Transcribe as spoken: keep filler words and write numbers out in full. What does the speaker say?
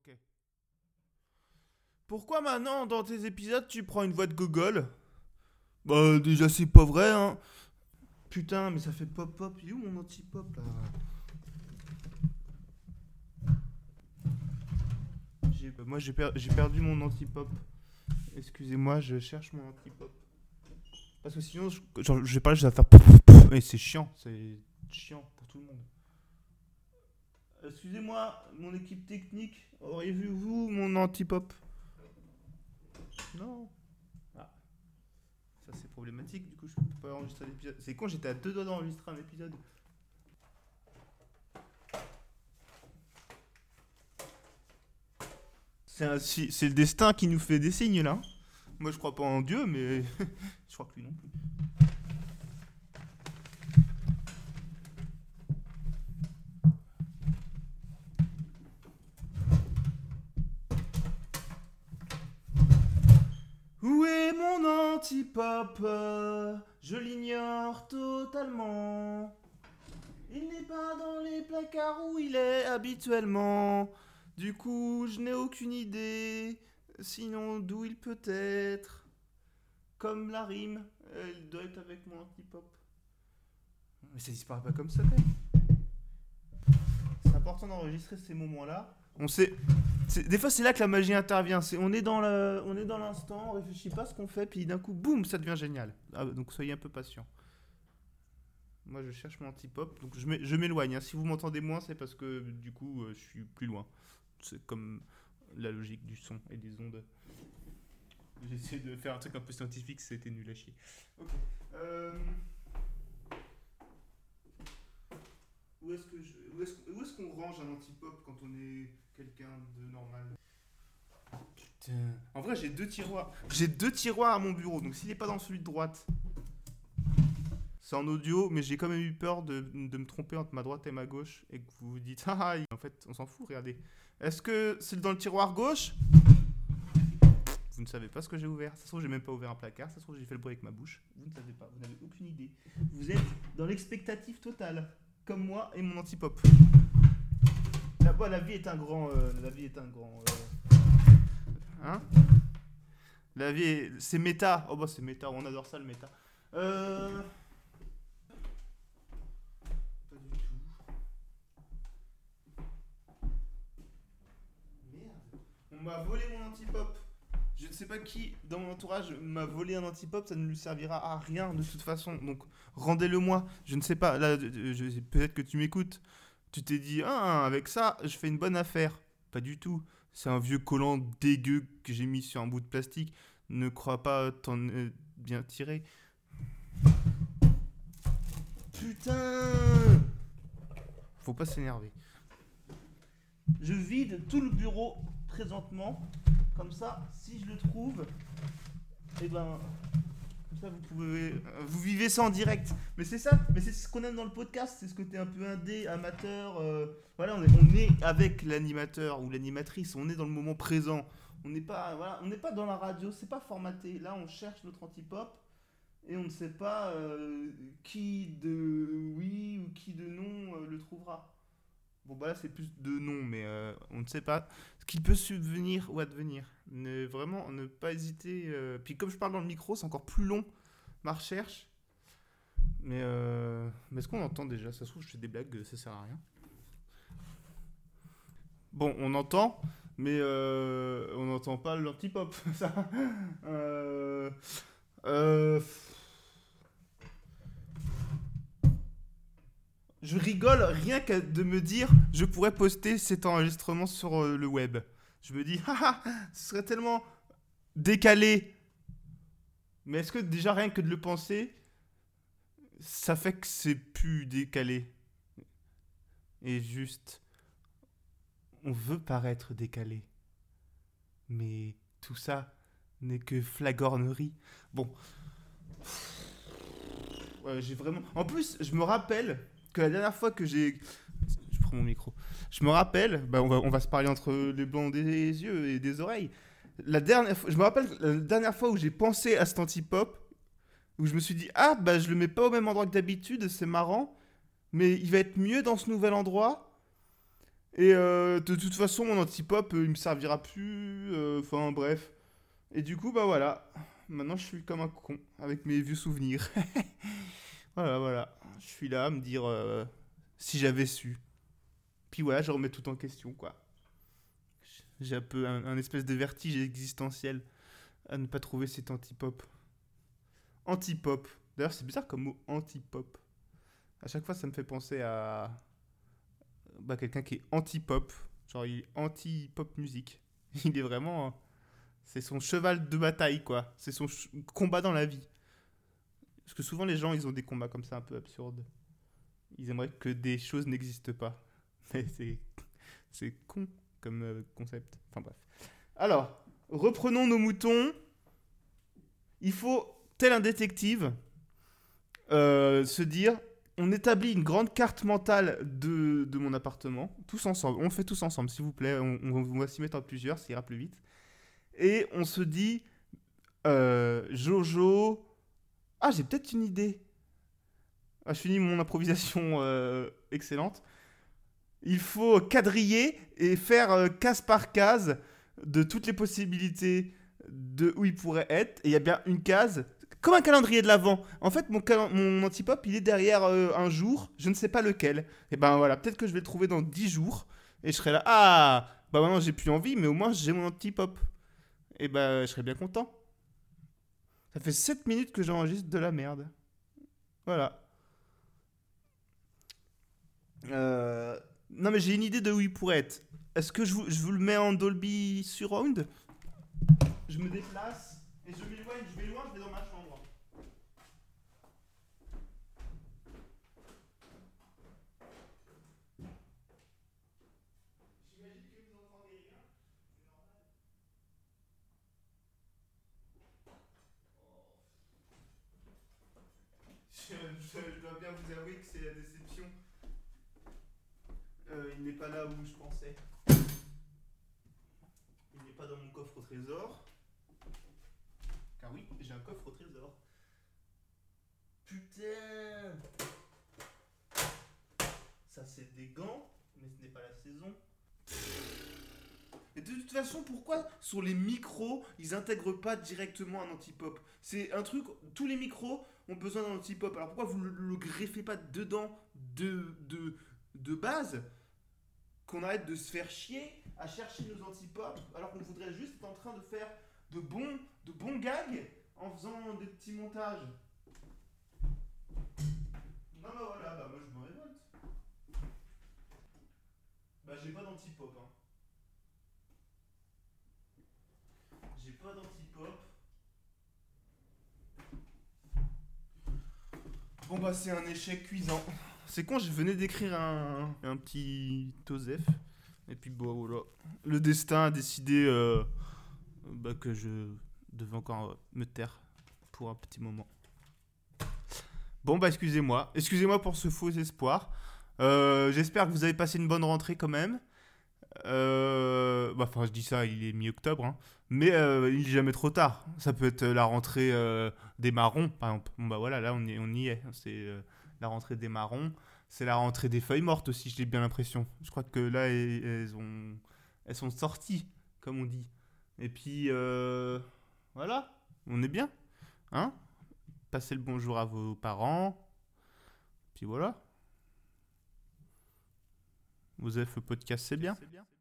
Ok. Pourquoi maintenant, dans tes épisodes, tu prends une voix de gogol? Bah, déjà, c'est pas vrai, hein. Putain, mais ça fait pop-pop. Il est où mon anti-pop, là? J'ai- euh, Moi, j'ai per- j'ai perdu mon anti-pop. Excusez-moi, je cherche mon anti-pop. Parce que sinon, je, genre, je vais pas, je vais faire pouf, pouf, pouf. Et c'est chiant. C'est chiant pour tout le monde. Excusez-moi, mon équipe technique. Auriez-vous mon anti-pop? Non. Ah, ça c'est problématique, du coup je peux pas enregistrer l'épisode. C'est con, j'étais à deux doigts d'enregistrer un épisode. C'est un- si- c'est le destin qui nous fait des signes là. Moi je crois pas en Dieu, mais je crois que lui non plus. Où est mon anti-pop? Je l'ignore totalement. Il n'est pas dans les placards où il est habituellement. Du coup, je n'ai aucune idée. Sinon, d'où il peut être? Comme la rime, elle doit être avec mon anti-pop. Mais ça disparaît pas comme ça, quand même. C'est important d'enregistrer ces moments-là. On sait. c'est- Des fois, c'est là que la magie intervient. C'est, on est dans le, on est dans l'instant, on réfléchit pas à ce qu'on fait, puis d'un coup, boum, ça devient génial. Ah, donc soyez un peu patient. Moi, je cherche mon anti-pop, donc je, m'é- je m'éloigne, hein. Si vous m'entendez moins, c'est parce que du coup, euh, je suis plus loin. C'est comme la logique du son et des ondes. J'ai essayé de faire un truc un peu scientifique, c'était nul à chier. Ok. Euh... Où est-ce que je... où est-ce, où est-ce qu'on range un anti-pop quand on est quelqu'un de normal? Putain. En vrai, j'ai deux tiroirs. J'ai deux tiroirs à mon bureau, donc s'il n'est pas dans celui de droite, c'est en audio, mais j'ai quand même eu peur de, de me tromper entre ma droite et ma gauche et que vous vous dites ah ah, en fait, on s'en fout, regardez. Est-ce que c'est dans le tiroir gauche? Vous ne savez pas ce que j'ai ouvert. Ça se trouve, j'ai même pas ouvert un placard. Ça se trouve, j'ai fait le bruit avec ma bouche. Vous ne savez pas. Vous n'avez aucune idée. Vous êtes dans l'expectative totale. Comme moi et mon anti-pop. La, bon, la vie est un grand. Euh, la vie est un grand. Euh, hein? La vie est. C'est méta. Oh bah c'est méta. On adore ça le méta. Euh. Pas du tout. Merde. On m'a volé mon anti-pop. Je ne sais pas qui dans mon entourage m'a volé un anti-pop, ça ne lui servira à rien de toute façon. Donc rendez-le-moi. Je ne sais pas, là, je- je- peut-être que tu m'écoutes. Tu t'es dit, ah, avec ça, je fais une bonne affaire. Pas du tout. C'est un vieux collant dégueu que j'ai mis sur un bout de plastique. Ne crois pas t'en euh, bien tirer. Putain! Faut pas s'énerver. Je vide tout le bureau présentement. Comme ça, si je le trouve, et ben, comme ça vous pouvez, euh, vous vivez ça en direct. Mais c'est ça, mais c'est ce qu'on aime dans le podcast, c'est ce côté un peu indé, amateur. euh, voilà, on est, on est avec l'animateur ou l'animatrice, on est dans le moment présent. On n'est pas, voilà, on n'est pas dans la radio, c'est pas formaté. Là, on cherche notre anti-pop et on ne sait pas euh, qui de oui ou qui de non euh, le trouvera. Bon, bah là, c'est plus de non, mais euh, on ne sait pas ce qui peut subvenir ou advenir. Ne, vraiment, ne pas hésiter. euh, Puis, comme je parle dans le micro, c'est encore plus long, ma recherche. Mais, euh... mais est-ce qu'on entend déjà? Ça se trouve, je fais des blagues, ça sert à rien. Bon, on entend, mais euh, on n'entend pas l'anti-pop, ça. Euh... Euh... Je rigole rien qu'à de me dire je pourrais poster cet enregistrement sur euh, le web. Je me dis, haha, ce serait tellement décalé. Mais est-ce que déjà rien que de le penser, ça fait que c'est plus décalé? Et juste, on veut paraître décalé. Mais tout ça n'est que flagornerie. Bon, ouais, j'ai vraiment... En plus, je me rappelle que la dernière fois que j'ai... Je prends mon micro. Je me rappelle, bah on, va, on va se parler entre les blancs des yeux et des oreilles. La dernière fois, je me rappelle la dernière fois où j'ai pensé à cet anti-pop, où je me suis dit, ah bah je le mets pas au même endroit que d'habitude, c'est marrant, mais il va être mieux dans ce nouvel endroit. Et euh, de toute façon, mon anti-pop, euh, il me servira plus. Enfin, bref. Et du coup, bah voilà. Maintenant, je suis comme un con avec mes vieux souvenirs. Voilà, voilà. Je suis là à me dire euh, si j'avais su. Puis voilà, je remets tout en question, quoi. J'ai un peu un, un espèce de vertige existentiel à ne pas trouver cet anti-pop. Anti-pop. D'ailleurs, c'est bizarre comme mot anti-pop. À chaque fois, ça me fait penser à bah, quelqu'un qui est anti-pop. Genre, il est anti-pop musique. Il est vraiment. C'est son cheval de bataille, quoi. C'est son ch- combat dans la vie. Parce que souvent, les gens, ils ont des combats comme ça un peu absurdes. Ils aimeraient que des choses n'existent pas. Mais c'est, c'est con comme euh, concept. Enfin bref. Alors, reprenons nos moutons. Il faut, tel un détective, euh, se dire, on établit une grande carte mentale de, de mon appartement, tous ensemble. On le fait tous ensemble, s'il vous plaît. On, on, on va s'y mettre en plusieurs, ça ira plus vite. Et on se dit, euh, Jojo... Ah, j'ai peut-être une idée. Ah, je finis mon improvisation euh, excellente. Il faut quadriller et faire euh, case par case de toutes les possibilités de où il pourrait être. Et il y a bien une case, comme un calendrier de l'avant. En fait, mon, calen- mon antipop, il est derrière euh, un jour, je ne sais pas lequel. Et ben voilà, peut-être que je vais le trouver dans dix jours. Et je serai là, ah, bah maintenant j'ai plus envie, mais au moins j'ai mon antipop. Et ben je serai bien content. Ça fait sept minutes que j'enregistre de la merde. Voilà. Euh, Non, mais j'ai une idée de où il pourrait être. Est-ce que je vous, je vous le mets en Dolby Surround? Je me déplace et je m'éloigne. Je vais loin, je vais dans ma chambre. J'imagine que vous entendez rien. Je, je- je dois bien vous avouer que c'est la déception. Euh, il n'est pas là où je pensais. Il n'est pas dans mon coffre au trésor. Car oui, j'ai un coffre au trésor. Putain! Ça, c'est des gants, mais ce n'est pas la saison. Et de toute façon, pourquoi sur les micros, ils intègrent pas directement un anti-pop? C'est un truc, tous les micros ont besoin d'un anti-pop. Alors pourquoi vous le, le greffez pas dedans de, de, de base? Qu'on arrête de se faire chier à chercher nos anti-pop alors qu'on voudrait juste être en train de faire de bons, de bons gags en faisant des petits montages. Non, bah voilà, bah moi je me révolte. Bah j'ai pas d'anti-pop, hein. J'ai pas d'anti-pop. Bon bah c'est un échec cuisant. C'est con, je venais d'écrire un, un petit Tosef. Et puis bon voilà. Le destin a décidé euh, bah, que je devais encore me taire pour un petit moment. Bon bah excusez-moi. Excusez-moi pour ce faux espoir. Euh, J'espère que vous avez passé une bonne rentrée quand même. Euh, bah, enfin, je dis ça, il est mi-octobre, hein. Mais euh, il est jamais trop tard. Ça peut être la rentrée euh, des marrons, par exemple. Bon, bah voilà, là, on y, on y est. C'est euh, la rentrée des marrons. C'est la rentrée des feuilles mortes aussi, j'ai bien l'impression. Je crois que là, elles, elles ont, elles sont sorties, comme on dit. Et puis, euh, voilà, on est bien. Hein? Passez le bonjour à vos parents. Puis voilà. Vous avez fait le podcast, c'est bien.